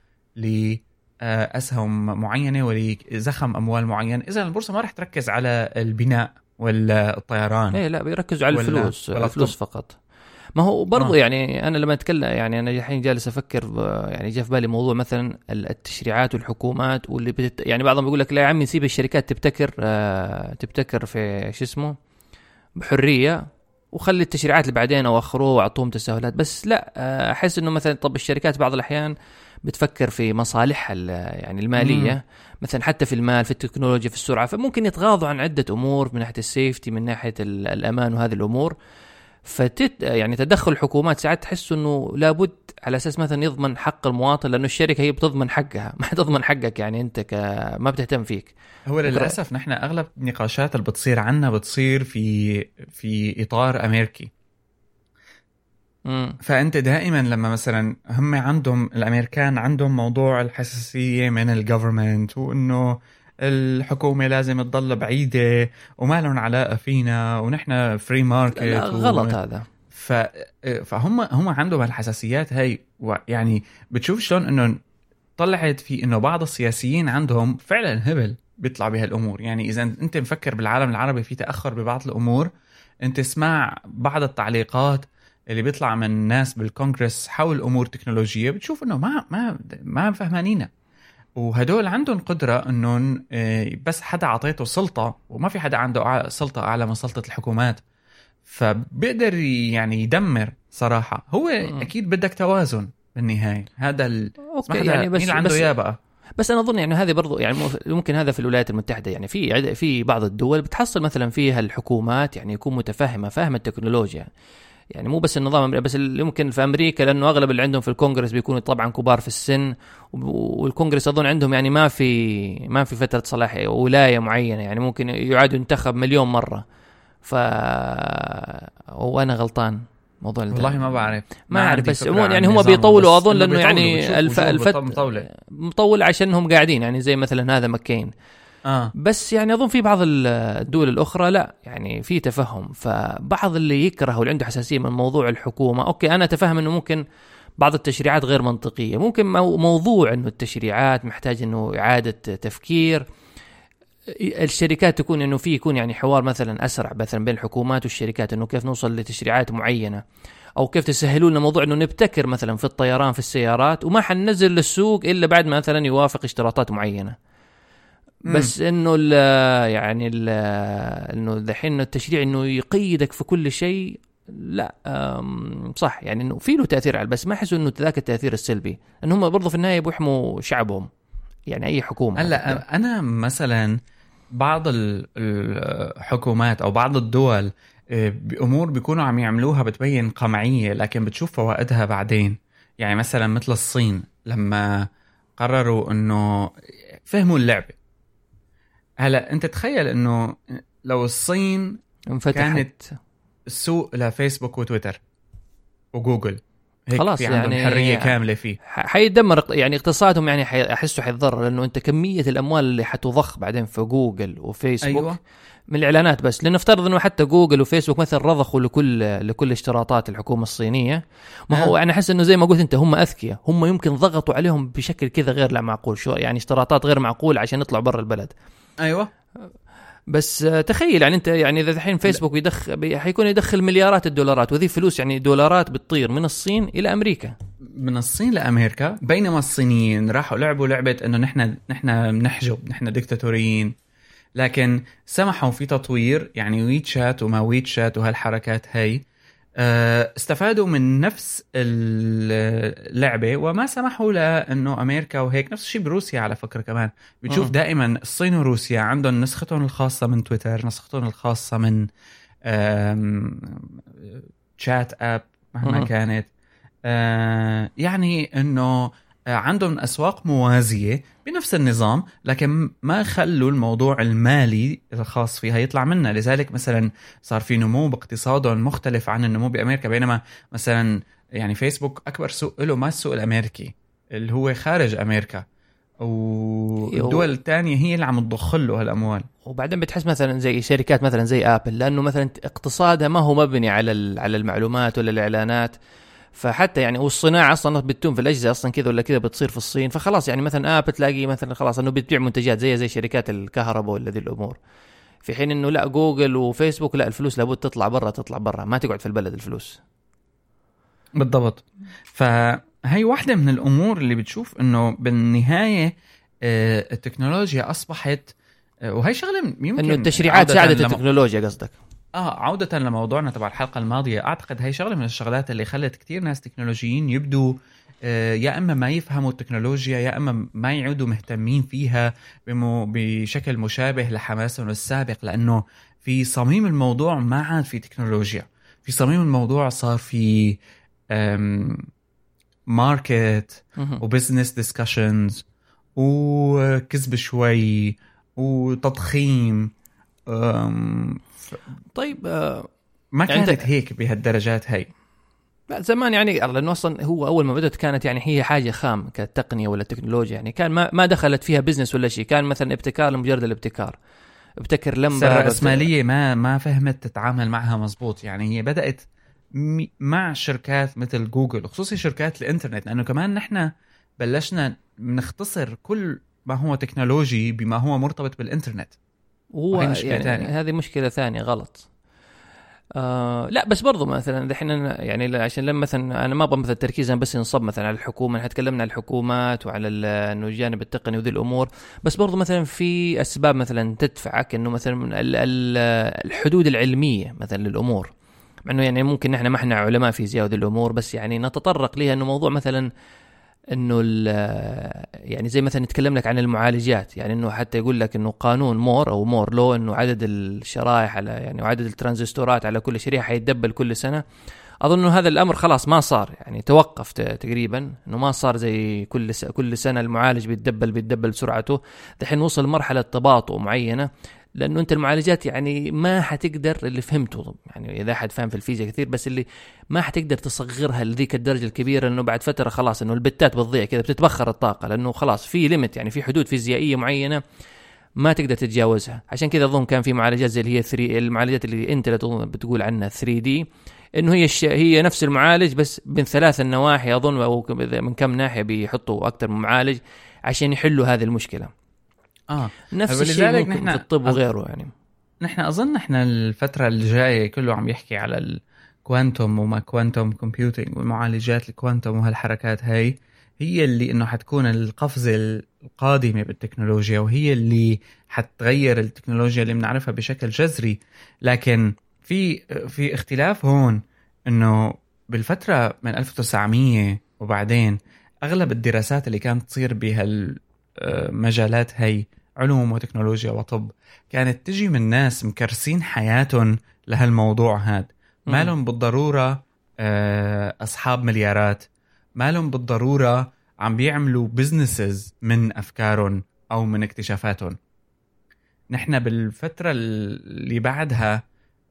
لأسهم معينة ولزخم أموال معين. إذا البورصة ما رح تركز على البناء والطيران، إيه لا بيركزوا على الفلوس فقط. ما هو برضو يعني أنا لما أتكلم يعني أنا الحين جالس أفكر يعني جاء في بالي موضوع مثلا التشريعات والحكومات واللي يعني بعضهم بيقول لك لا يا عمي سيب الشركات تبتكر في شو اسمه بحرية، وخلي التشريعات اللي بعدين أو أخروه وأعطوهم تسهيلات. بس لا أحس إنه مثلا طب الشركات بعض الأحيان بتفكر في مصالحها يعني المالية مثلا، حتى في المال في التكنولوجيا في السرعة، فممكن يتغاضوا عن عدة أمور من ناحية السيفتي من ناحية الأمان وهذه الأمور. يعني تدخل الحكومات ساعات تحس انه لابد على اساس مثلا يضمن حق المواطن، لانه الشركه هي بتضمن حقها ما تضمن حقك، يعني انت ما بتهتم فيك. هو للاسف نحن اغلب النقاشات اللي بتصير عنا بتصير في اطار امريكي. فانت دائما لما مثلا هم عندهم الامريكان عندهم موضوع الحساسيه من الجوفرمنت، وانه الحكومة لازم تضل بعيدة وما لهم علاقة فينا ونحن فري ماركت. غلط هذا. فهم عندهم الحساسيات هاي. يعني بتشوف شلون انه طلعت في انه بعض السياسيين عندهم فعلا هبل بيطلع بهالامور. يعني اذا انت مفكر بالعالم العربي في تأخر ببعض الامور، انت اسمع بعض التعليقات اللي بيطلع من ناس بالكونغرس حول امور تكنولوجية، بتشوف انه ما فهمانينا. وهدول عندهم قدرة انه بس حدا عطيته سلطة، وما في حدا عنده سلطة اعلى من سلطة الحكومات، فبيقدر يعني يدمر صراحة. هو اكيد بدك توازن بالنهاية. هذا يعني بس عنده اياه بقى. بس انا اظن يعني هذه برضو يعني ممكن هذا في الولايات المتحدة، يعني في بعض الدول بتحصل مثلا فيها الحكومات يعني يكون متفاهمة فاهم التكنولوجيا، يعني مو بس النظام بس اللي ممكن في أمريكا، لأنه أغلب اللي عندهم في الكونغرس بيكونوا طبعا كبار في السن، والكونغرس أظن عندهم يعني ما في فترة صلاحية ولاية معينة، يعني ممكن يعاد ينتخب مليون مرة. وأنا غلطان موضوع والله ما بعرف ما أعرف، بس يعني هم بيطولوا أظن لأنه يعني مطول عشانهم قاعدين يعني زي مثلا هذا مكين. بس يعني أظن في بعض الدول الأخرى لا يعني في تفهم، فبعض اللي يكره واللي عنده حساسية من موضوع الحكومة أوكي أنا أتفهم أنه ممكن بعض التشريعات غير منطقية، ممكن موضوع أنه التشريعات محتاج أنه إعادة تفكير الشركات، تكون أنه يكون يعني حوار مثلا أسرع مثلا بين الحكومات والشركات، أنه كيف نوصل لتشريعات معينة، أو كيف تسهلوا لنا موضوع أنه نبتكر مثلا في الطيران في السيارات وما حننزل للسوق إلا بعد مثلا يوافق اشتراطات معينة. بس انه يعني انه دحين التشريع انه يقيدك في كل شيء لا صح، يعني انه في له تاثير على، بس ما احس انه ذاك التاثير السلبي، ان هم برضه في النهايه بيحموا شعبهم يعني اي حكومه. هلا انا مثلا بعض الحكومات او بعض الدول بامور بيكونوا عم يعملوها بتبين قمعيه لكن بتشوف فوائدها بعدين. يعني مثلا مثل الصين لما قرروا انه فهموا اللعبه. هلا انت تخيل انه لو الصين كانت السوق لفيسبوك وتويتر وجوجل خلاص في عندهم يعني حرية كاملة فيه، حيدمر يعني اقتصادهم، يعني احسوا حيتضرر، لانه انت كمية الاموال اللي حتضخ بعدين في جوجل وفيسبوك أيوة. من الاعلانات بس، لنفترض انه حتى جوجل وفيسبوك مثلا رضخوا لكل اشتراطات الحكومة الصينية، ما هو انا احس انه زي ما قلت انت هم اذكياء، هم يمكن ضغطوا عليهم بشكل كذا غير لا معقول، شو يعني اشتراطات غير معقول عشان يطلعوا برا البلد. ايوه بس تخيل يعني انت يعني اذا الحين فيسبوك حيكون يدخل مليارات الدولارات، وذي فلوس يعني دولارات بتطير من الصين الى امريكا، من الصين لأمريكا، بينما الصينيين راحوا لعبوا لعبة إنه نحن بنحجب، نحن ديكتاتوريين، لكن سمحوا في تطوير يعني ويتشات وما ويتشات وهالحركات هاي. استفادوا من نفس اللعبة وما سمحوا لأنه أمريكا وهيك. نفس الشيء بروسيا على فكرة كمان. بتشوف دائما الصين وروسيا عندهم نسختهم الخاصة من تويتر، نسختهم الخاصة من شات اب مهما كانت. يعني انه عندهم اسواق موازيه بنفس النظام، لكن ما خلوا الموضوع المالي الخاص فيها يطلع منها. لذلك مثلا صار في نمو باقتصادهم مختلف عن النمو بامريكا. بينما مثلا يعني فيسبوك اكبر سوق له ما السوق الامريكي اللي هو خارج امريكا، والدول الثانيه هي اللي عم تضخ له هالاموال. وبعدين بتحس مثلا زي شركات مثلا زي ابل، لانه مثلا اقتصادها ما هو مبني على المعلومات ولا الاعلانات. فحتى يعني والصناعه اصلا بتتم في الاجهزه اصلا كذا ولا كذا بتصير في الصين. فخلاص يعني مثلا ابل تلاقي مثلا خلاص انه بتبيع منتجات زي شركات الكهرباء ولا ذي الامور، في حين انه لا جوجل وفيسبوك لا، الفلوس لابد تطلع برا ما تقعد في البلد الفلوس. بالضبط. فهي واحدة من الأمور اللي بتشوف إنه بالنهاية التكنولوجيا أصبحت، وهي شغلة يمكن إنه التشريعات ساعدت التكنولوجيا قصدك. عودة لموضوعنا تبع الحلقة الماضية، أعتقد هي شغلة من الشغلات اللي خلت كتير ناس تكنولوجيين يبدوا يا إما ما يفهموا التكنولوجيا، يا إما ما يعودوا مهتمين فيها بشكل مشابه لحماسهم السابق، لأنه في صميم الموضوع ما عاد في تكنولوجيا. في صميم الموضوع صار في ماركت وبزنس ديسكشنز وكذب شوي وتضخيم. طيب ما كانت يعني هيك بهالدرجات هاي. لا زمان يعني، لأنه أصلا هو أول ما بدأت كانت يعني هي حاجة خام كالتقنية ولا التكنولوجيا، يعني كان ما دخلت فيها بزنس ولا شيء، كان مثلا ابتكار لمجرد الابتكار. ابتكر لمبة رأسمالية ما فهمت تتعامل معها مزبوط. يعني هي بدأت مع شركات مثل جوجل، وخصوصي شركات الانترنت، لأنه كمان نحن بلشنا نختصر كل ما هو تكنولوجي بما هو مرتبط بالانترنت. وهو يعني هذه مشكلة ثانية غلط. لا بس برضو مثلا دحين يعني عشان لما مثلا انا ما ابغى مثلا تركيزا بس نصب مثلا على الحكومه، احنا تكلمنا عن الحكومات وعلى انه الجانب التقني وذي الامور، بس برضو مثلا في اسباب مثلا تدفعك انه مثلا الحدود العلميه مثلا للامور، مع انه يعني ممكن احنا ما احنا علماء فيزياء وذي الامور، بس يعني نتطرق ليها انه موضوع مثلا انه يعني زي مثلا نتكلم لك عن المعالجات، يعني انه حتى يقول لك انه قانون مور لو انه عدد الشرائح على يعني وعدد الترانزستورات على كل شريحه حيتدبل كل سنه. اظن هذا الامر خلاص ما صار، يعني توقف تقريبا، انه ما صار زي كل سنه المعالج بيتدبل سرعته. دحين وصل مرحله تباطؤ معينه، لانه انت المعالجات يعني ما حتقدر، اللي فهمته يعني اذا حد فاهم في الفيزياء كثير، بس اللي ما حتقدر تصغرها لذيك الدرجه الكبيره، لانه بعد فتره خلاص انه البتات بتضيع كذا، بتتبخر الطاقه، لانه خلاص في ليميت، يعني في حدود فيزيائيه معينه ما تقدر تتجاوزها. عشان كذا اظن كان في معالجات زي اللي هي 3 المعالجات اللي انت بتقول عنها 3D، انه هي نفس المعالج بس من 3 نواحي اظن، او من كم ناحيه بيحطوا اكثر من معالج عشان يحلوا هذه المشكله. نفس الشيء ممكن في الطب وغيره. يعني نحن أظن نحن الفترة الجاية كله عم يحكي على الكوانتوم وما كوانتوم كومبيوتينج والمعالجات الكوانتوم وهالحركات هاي هي اللي إنه حتكون القفزة القادمة بالتكنولوجيا، وهي اللي حتغير التكنولوجيا اللي بنعرفها بشكل جذري. لكن في اختلاف هون، إنه بالفترة من 1900 وبعدين أغلب الدراسات اللي كانت تصير بهالمجالات هاي علوم وتكنولوجيا وطب كانت تجي من ناس مكرسين حياتهم لهالموضوع هاد. ما لهم بالضرورة أصحاب مليارات، ما لهم بالضرورة عم بيعملوا بيزنسز من أفكارهم أو من اكتشافاتهم. نحن بالفترة اللي بعدها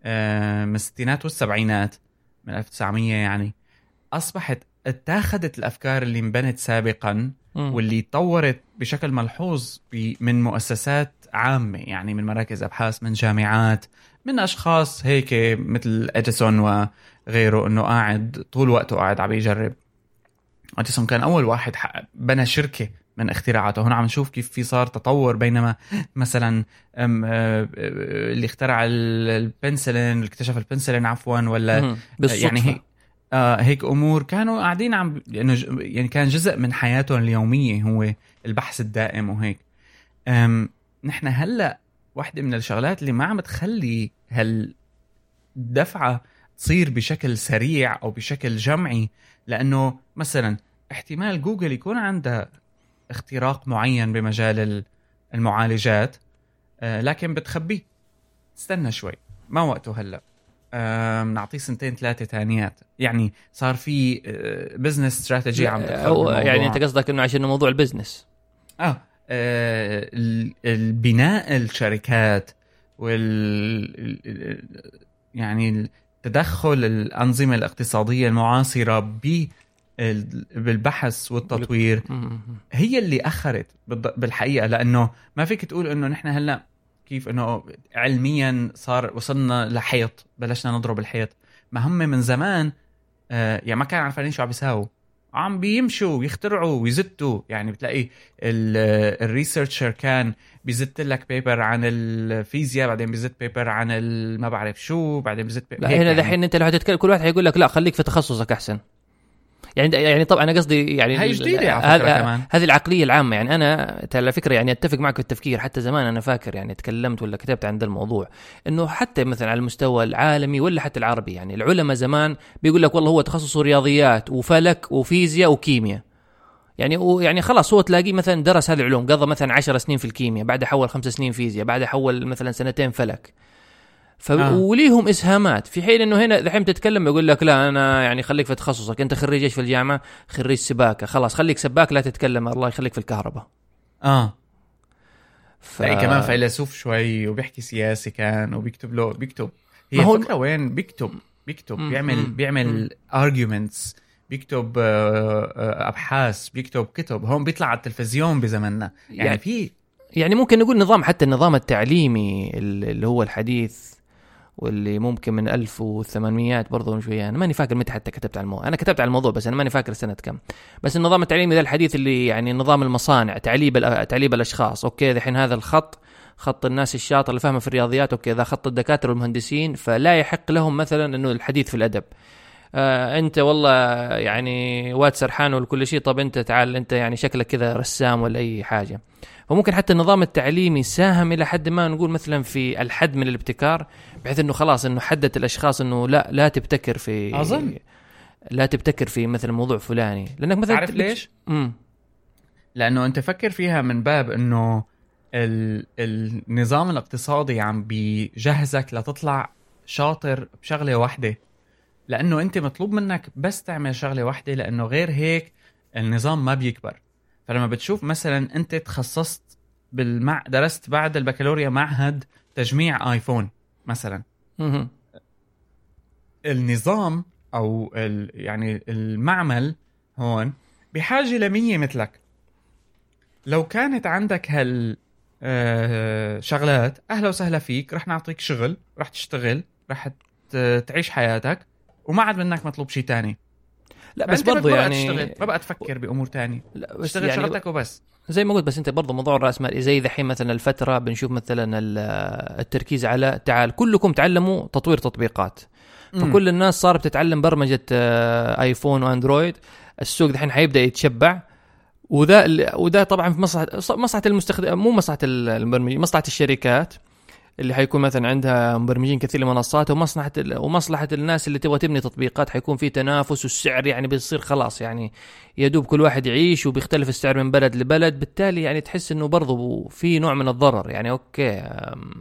من الستينات والسبعينات من 1900 يعني أصبحت اتاخدت الأفكار اللي انبنت سابقا واللي طورت بشكل ملحوظ من مؤسسات عامة، يعني من مراكز أبحاث، من جامعات، من أشخاص هيك مثل إديسون وغيره، إنه قاعد طول وقته قاعد عم يجرب. إديسون كان أول واحد بنى شركة من اختراعاته. هنا عم نشوف كيف في صار تطور، بينما مثلا اللي اخترع البنسلين، اللي اكتشف البنسلين عفوا، ولا يعني هي هيك امور كانوا قاعدين عم لانه يعني كان جزء من حياتهم اليوميه هو البحث الدائم وهيك. نحن هلا واحدة من الشغلات اللي ما عم تخلي هالدفعة تصير بشكل سريع أو بشكل جمعي، لأنه مثلا احتمال جوجل يكون عنده اختراق معين بمجال المعالجات، لكن بتخبيه، استنى شوي ما وقته هلا، نعطيه 2-3 تانيات. يعني صار في بزنس استراتيجي عم تدخل يعني انت قصدك انه عشان موضوع البزنس البناء الشركات يعني تدخل الأنظمة الاقتصادية المعاصرة بالبحث والتطوير هي اللي أخرت بالحقيقة. لأنه ما فيك تقول أنه نحن هلأ كيف أنه علميا صار وصلنا لحيط بلشنا نضرب الحيط. ما هم من زمان يعني ما كان عارفين شو عم بيساووا، عم بيمشوا ويخترعوا ويزتوا. يعني بتلاقي الريسيرشر كان بيزت لك بيبر عن الفيزياء، بعدين بيزت بيبر عن ما بعرف شو، بعدين بيزت بيبر. لا هنا دحين انت لو هتتكلم كل واحد هيقول لك لا خليك في تخصصك احسن. يعني طبعا انا قصدي يعني هي جديده على فكره كمان هذه العقليه العامه. يعني انا على فكره يعني اتفق معك في التفكير. حتى زمان انا فاكر يعني تكلمت ولا كتبت عن الموضوع، انه حتى مثلا على المستوى العالمي ولا حتى العربي، يعني العلماء زمان بيقول لك والله هو تخصصه رياضيات وفلك وفيزياء وكيمياء. يعني خلاص هو تلاقيه مثلا درس هذه العلوم، قضى مثلا 10 سنين في الكيمياء، بعد حول 5 سنين فيزياء، بعد حول مثلا 2 فلك. وليهم اسهامات. في حين انه هنا الحين تتكلم يقول لك لا انا يعني خليك في تخصصك، انت خريج ايش في الجامعه؟ خريج سباكه، خلاص خليك سباك لا تتكلم، الله يخليك في الكهرباء. لا كمان فيلسوف شوي وبيحكي سياسي كان وبيكتب هي فكره وين بيكتب بيعمل arguments، بيكتب ابحاث، بيكتب كتب. هون بيطلع على التلفزيون بزمننا يعني في يعني ممكن نقول نظام، حتى النظام التعليمي اللي هو الحديث واللي ممكن من 1800 برضه شويه. انا ماني فاكر متى حتى كتبت على الموضوع، انا كتبت على الموضوع بس انا ماني فاكر سنه كم. بس النظام التعليمي ذا الحديث اللي يعني نظام المصانع، تعليب الاشخاص. اوكي الحين هذا خط الناس الشاطر اللي فاهمه في الرياضيات، اوكي ذا خط الدكاتره والمهندسين، فلا يحق لهم مثلا انه الحديث في الادب. انت والله يعني واد سرحان وكل شيء، طب انت تعال انت يعني شكلك كذا رسام ولا اي حاجه. فممكن حتى النظام التعليمي ساهم الى حد ما نقول مثلا في الحد من الابتكار، بحيث انه خلاص انه حدت الاشخاص انه لا تبتكر في اظن لا تبتكر في مثل موضوع فلاني. لانك مثلا تعرف ليش؟ لانه انت فكر فيها من باب انه النظام الاقتصادي عم بيجهزك لتطلع شاطر بشغله واحده، لانه انت مطلوب منك بس تعمل شغله واحده، لانه غير هيك النظام ما بيكبر. فلما بتشوف مثلا انت تخصصت درست بعد البكالوريا معهد تجميع ايفون مثلا، النظام او يعني المعمل هون بحاجه ل100 مثلك. لو كانت عندك شغلات اهلا وسهلا فيك، رح نعطيك شغل، رح تشتغل، رح تعيش حياتك، وما عاد منك مطلوب شيء تاني. لا بس برضو يعني ما بقى تفكر بأمور تانية، اشتغل يعني شغلتك وبس زي ما قلت. بس انت برضو موضوع الرأس مال زي ذحين مثلا الفترة بنشوف مثلا التركيز على تعال كلكم تعلموا تطوير تطبيقات، فكل الناس صار بتتعلم برمجة ايفون واندرويد. السوق ذحين حيبدأ يتشبع، وده طبعا في مصلحة المستخدم، مو مصلحة المبرمجين، مصلحة الشركات اللي حيكون مثلا عندها مبرمجين كثير لمنصات، ومصلحة الناس اللي تبغى تبني تطبيقات. حيكون في تنافس، والسعر يعني بيصير خلاص يعني يدوب كل واحد يعيش، وبيختلف السعر من بلد لبلد. بالتالي يعني تحس انه برضو في نوع من الضرر. يعني اوكي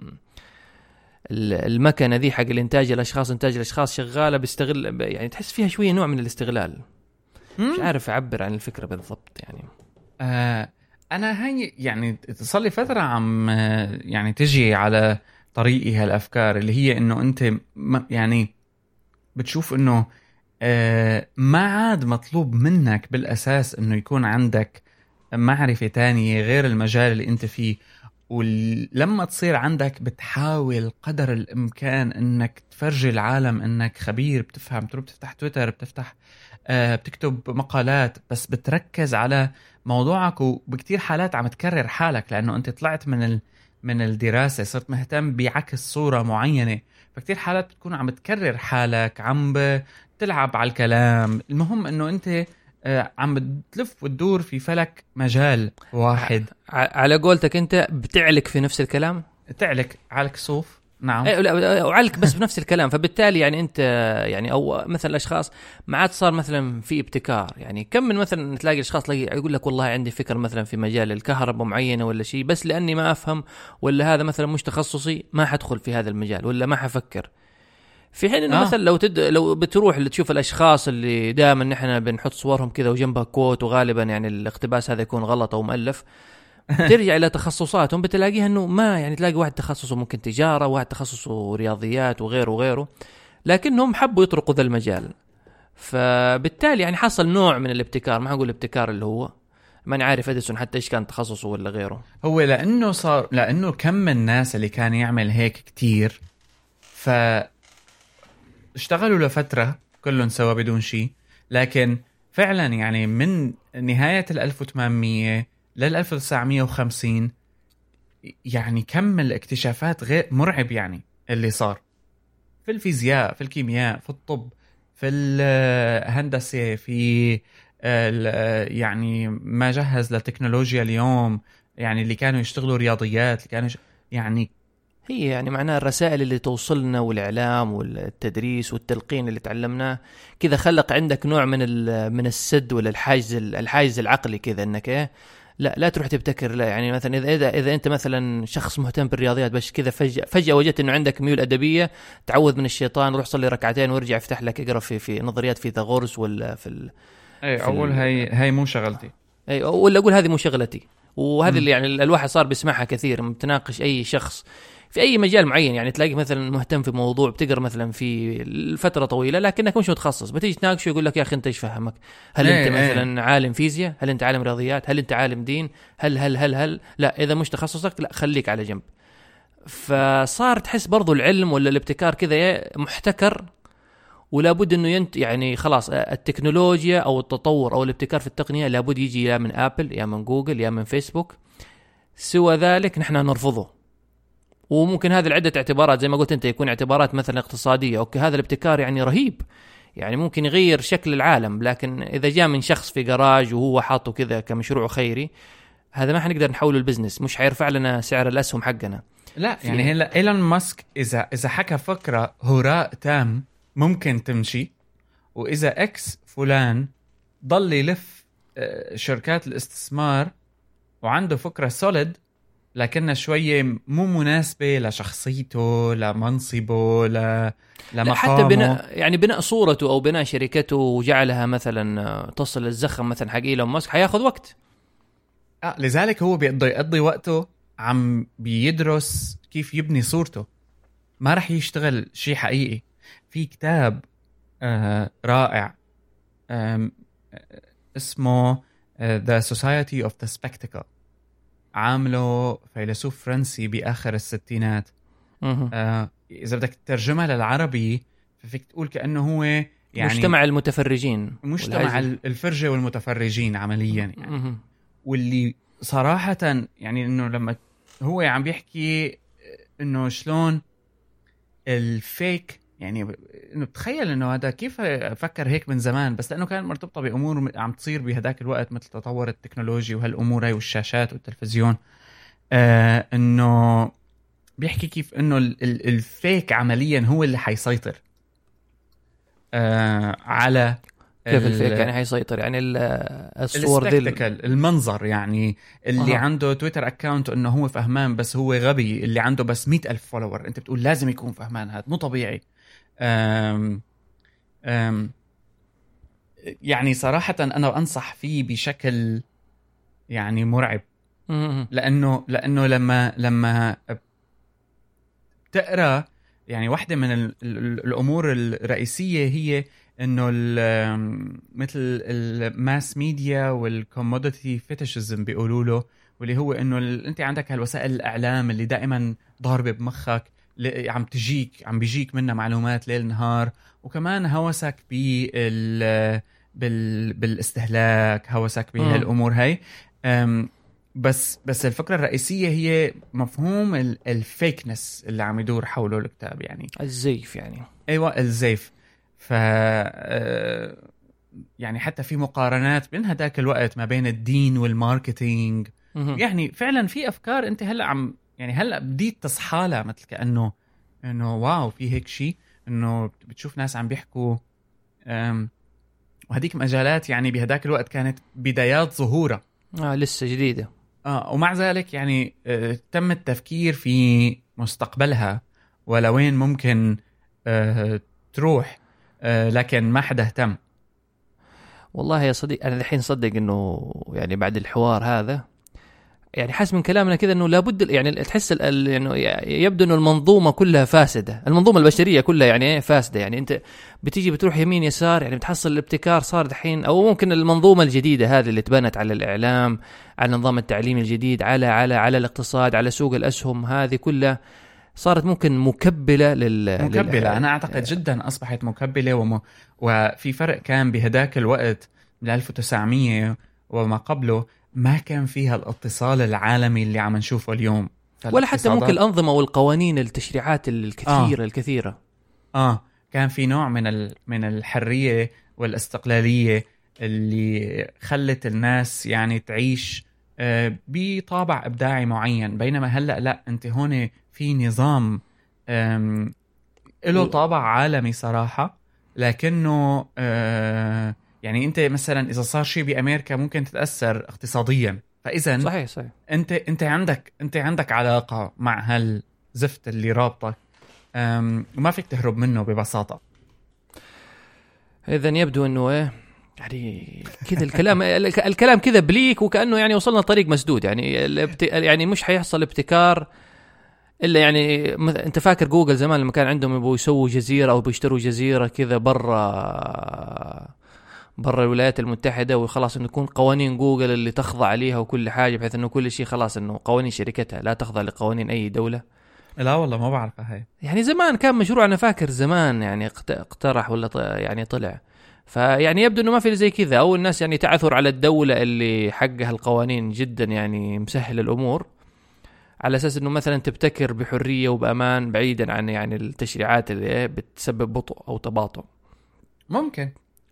المكنة ذي حق الانتاج الاشخاص شغالة بيستغل، يعني تحس فيها شوية نوع من الاستغلال. مش عارف اعبر عن الفكرة بالضبط يعني. انا هاي يعني صار لي فتره عم يعني تجي على طريقي هالافكار اللي هي انه انت يعني بتشوف انه ما عاد مطلوب منك بالاساس انه يكون عندك معرفة تانية غير المجال اللي انت فيه. ولما تصير عندك بتحاول قدر الامكان انك تفرجي العالم انك خبير، بتفهم، بتفتح تويتر، بتفتح بتكتب مقالات، بس بتركز على موضوعك، وبكتير حالات عم تكرر حالك لأنه أنت طلعت من الدراسة، صرت مهتم بعكس صورة معينة. فكتير حالات بتكون عم تكرر حالك، عم بتلعب على الكلام. المهم أنه أنت عم بتلف وتدور في فلك مجال واحد. على قولتك أنت بتعلك في نفس الكلام، تعلك علك صوف. نعم. وعلك بس بنفس الكلام. فبالتالي يعني انت يعني او مثلا الاشخاص ما عاد صار مثلا في ابتكار. يعني كم من مثلا تلاقي الاشخاص يقول لك والله عندي فكره مثلا في مجال الكهرباء معينه ولا شيء، بس لاني ما افهم ولا هذا مثلا مش تخصصي ما حدخل في هذا المجال ولا ما حفكر. في حين انه مثلا لو بتروح تشوف الاشخاص اللي دائما نحن بنحط صورهم كذا وجنبها كوت، وغالبا يعني الاقتباس هذا يكون غلط او مؤلف، ترجع إلى تخصصاتهم بتلاقيها أنه ما يعني تلاقي واحد تخصصه ممكن تجارة، واحد تخصصه رياضيات وغيره، لكنهم حبوا يطرقوا ذا المجال. فبالتالي يعني حصل نوع من الابتكار. ما أقول ابتكار اللي هو ماني عارف أديسون حتى إيش كان تخصصه ولا غيره. هو لأنه كم من الناس اللي كان يعمل هيك كتير، فاشتغلوا لفترة كلهم سوا بدون شيء. لكن فعلا يعني من نهاية 1800 لل 1950 يعني كم الاكتشافات غير مرعب يعني اللي صار في الفيزياء، في الكيمياء، في الطب، في الهندسة، في يعني ما جهز للتكنولوجيا اليوم. يعني اللي كانوا يشتغلوا رياضيات، اللي كانوا يعني هي يعني معناها الرسائل اللي توصلنا والإعلام والتدريس والتلقين اللي تعلمناه كذا خلق عندك نوع من السد ولا الحاجز العقلي كذا، انك لا تروح تبتكر. لا يعني مثلا اذا انت مثلا شخص مهتم بالرياضيات بس كذا فجأة وجدت انه عندك ميول ادبيه، تعوذ من الشيطان، روح صلي ركعتين وارجع افتح لك اقرا في نظريات فيثاغورس ولا في اول هي مو شغلتي، ولا اقول هذه مو شغلتي. وهذا اللي يعني الواحد صار بيسمعها كثير، متناقش اي شخص في اي مجال معين. يعني تلاقي مثلا مهتم في موضوع بتقرا مثلا في فتره طويله لكنك مش متخصص، بتيجي تناقشه يقول لك يا اخي انت ايش فهمك؟ هل انت مثلا عالم فيزياء؟ هل انت عالم رياضيات؟ هل انت عالم دين؟ هل لا، اذا مش تخصصك لا خليك على جنب. فصار تحس برضو العلم ولا الابتكار كذا محتكر، ولا بد انه يعني خلاص التكنولوجيا او التطور او الابتكار في التقنيه لابد يجي يا من ابل يا من جوجل يا من فيسبوك. سوى ذلك نحن نرفضه. وممكن هذه العدة اعتبارات زي ما قلت انت، يكون اعتبارات مثلا اقتصادية. اوكي هذا الابتكار يعني رهيب، يعني ممكن يغير شكل العالم، لكن اذا جاء من شخص في جراج وهو حاطه كذا كمشروع خيري، هذا ما حنقدر نحوله البزنس، مش حيرفع لنا سعر الاسهم حقنا. لا يعني هلا ايلون ماسك اذا حكى فكرة هراء تام ممكن تمشي، واذا اكس فلان ضل يلف شركات الاستثمار وعنده فكرة سوليد لكنها شوية مو مناسبة لشخصيته، لمنصبه، لمقامه، حتى بناء صورته أو بناء شركته وجعلها مثلا تصل الزخم مثلا حق إيلون ماسك حياخذ وقت. لذلك هو يقضي وقته عم بيدرس كيف يبني صورته، ما رح يشتغل شيء حقيقي. في كتاب رائع اسمه The Society of the Spectacle، عامله فيلسوف فرنسي بآخر الستينات. إذا بدك تترجمها للعربي ففيك تقول كأنه هو يعني مجتمع المتفرجين، مجتمع الفرجة والمتفرجين عمليا يعني. واللي صراحة يعني إنه لما هو عم بيحكي إنه شلون الفيك، يعني إنه بتخيل إنه هذا كيف فكر هيك من زمان، بس لأنه كان مرتبطة بأمور عم تصير بهداك الوقت مثل تطور التكنولوجيا وهالأمور هاي والشاشات والتلفزيون. إنه بيحكي كيف إنه الفيك عمليا هو اللي حيسيطر على كيف الفيك يعني حيسيطر، يعني الصور دي المنظر، يعني اللي عنده تويتر اكاونت انه هو فهمان بس هو غبي، اللي عنده بس 100,000 فولور انت بتقول لازم يكون فهمان، هذا مو طبيعي. يعني صراحة انا انصح فيه بشكل يعني مرعب، لانه لما بتقرا يعني واحدة من الامور الرئيسية هي انه مثل الماس ميديا والكوموديتي فيتيشزم بيقولوا له، واللي هو انه انت عندك هالوسائل الاعلام اللي دائما ضاربه بمخك، عم بيجيك منها معلومات ليل نهار، وكمان هوسك بالاستهلاك، هوسك بهالامور هاي. بس الفكره الرئيسيه هي مفهوم الفيكنس اللي عم يدور حوله الكتاب، يعني الزيف يعني. ايوه الزيف. ف يعني حتى في مقارنات بين هداك الوقت ما بين الدين والماركتينج. يعني فعلا في افكار انت هلا بديت تصحى لها، مثل كانه واو في هيك شيء، انه بتشوف ناس عم بيحكوا وهديك مجالات يعني بهداك الوقت كانت بدايات ظهورها لسه جديدة. ومع ذلك يعني تم التفكير في مستقبلها ولوين ممكن تروح، لكن ما حدا اهتم. والله يا صديق أنا الحين صدق إنه يعني بعد الحوار هذا يعني حاسس من كلامنا كذا إنه لابد يعني تحس إنه يبدو إنه المنظومة كلها فاسدة، المنظومة البشرية كلها يعني فاسدة. يعني أنت بتيجي بتروح يمين يسار، يعني بتحصل الابتكار صار دحين، أو ممكن المنظومة الجديدة هذه اللي تبنت على الإعلام، على النظام التعليمي الجديد، على الاقتصاد، على سوق الأسهم، هذه كلها صارت ممكن مكبلة مكبلة. أنا أعتقد جدا أصبحت مكبلة وفي فرق كان بهداك الوقت من 1900 وما قبله ما كان فيها الاتصال العالمي اللي عم نشوفه اليوم، ولا حتى ممكن الأنظمة والقوانين التشريعات الكثيرة. كان في نوع من الحرية والاستقلالية اللي خلت الناس يعني تعيش بطابع إبداعي معين. بينما هلأ لا، أنت هون في نظام له طابع عالمي صراحة، لكنه يعني أنت مثلا إذا صار شيء بأمريكا ممكن تتأثر اقتصاديا. فإذا صحيح أنت عندك علاقة مع هالزفت اللي رابطك، وما فيك تهرب منه ببساطة. إذن يبدو أنه يعني كذا الكلام كذا بليك، وكأنه يعني وصلنا طريق مسدود. يعني مش حيحصل ابتكار إلا يعني أنت فاكر جوجل زمان لما كان عندهم يبغوا يسووا جزيرة أو بيشتروا جزيرة كذا برا الولايات المتحدة، وخلاص إنه يكون قوانين جوجل اللي تخضع عليها وكل حاجة، بحيث إنه كل شيء خلاص إنه قوانين شركتها لا تخضع لقوانين أي دولة. لا والله ما بعرفها هاي. يعني زمان كان مشروع، أنا فاكر زمان يعني اقترح ولا يعني طلع. فيعني يبدو إنه ما في زي كذا، أو الناس يعني تعثر على الدولة اللي حقها القوانين جدا يعني مسهل الأمور، على أساس إنه مثلا تبتكر بحرية وبأمان بعيدا عن يعني التشريعات اللي بتسبب بطء أو تباطؤ ممكن.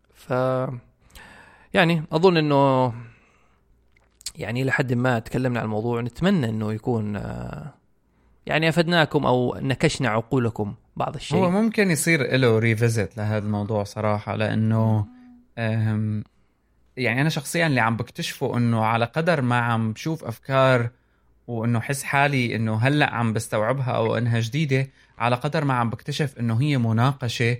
يعني أظن إنه يعني لحد ما تكلمنا عن الموضوع، نتمنى إنه يكون يعني أفدناكم أو نكشنا عقولكم بعض الشيء. هو ممكن يصير له ريفيزيت لهذا الموضوع صراحة، لأنه يعني أنا شخصيا اللي عم بكتشفه إنه على قدر ما عم بشوف أفكار وإنه حس حالي إنه هلأ عم بستوعبها أو إنها جديدة، على قدر ما عم بكتشف إنه هي مناقشة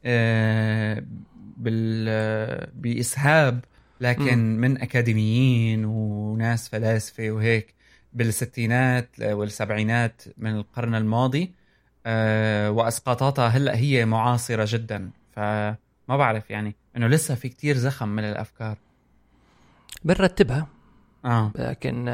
بإسهاب، لكن من أكاديميين وناس فلاسفة وهيك بالستينات والسبعينات من القرن الماضي، وأسقاطاتها هلأ هي معاصرة جدا. فما بعرف يعني إنه لسه في كتير زخم من الأفكار بنرتبها. لكن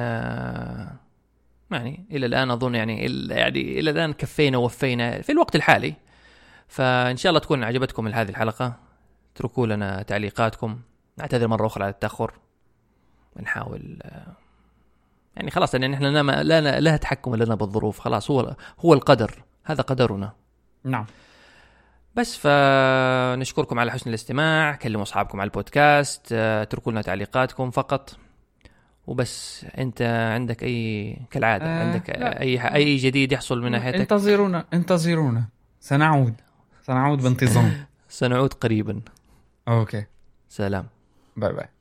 يعني إلى الآن أظن يعني إلى الآن كفينا ووفينا في الوقت الحالي. فإن شاء الله تكون عجبتكم هذه الحلقة، اتركوا لنا تعليقاتكم. نعتذر مرة أخرى على التأخر، ونحاول يعني خلاص يعني نحن لا تحكم لنا بالظروف، خلاص هو القدر، هذا قدرنا. نعم. بس فنشكركم على حسن الاستماع، كلموا أصحابكم على البودكاست، اتركوا لنا تعليقاتكم فقط وبس. أنت عندك أي كالعادة عندك أي جديد يحصل من ناحيتك؟ انتظرونا سنعود بانتظام. سنعود قريبا. أوكي، سلام، باي باي.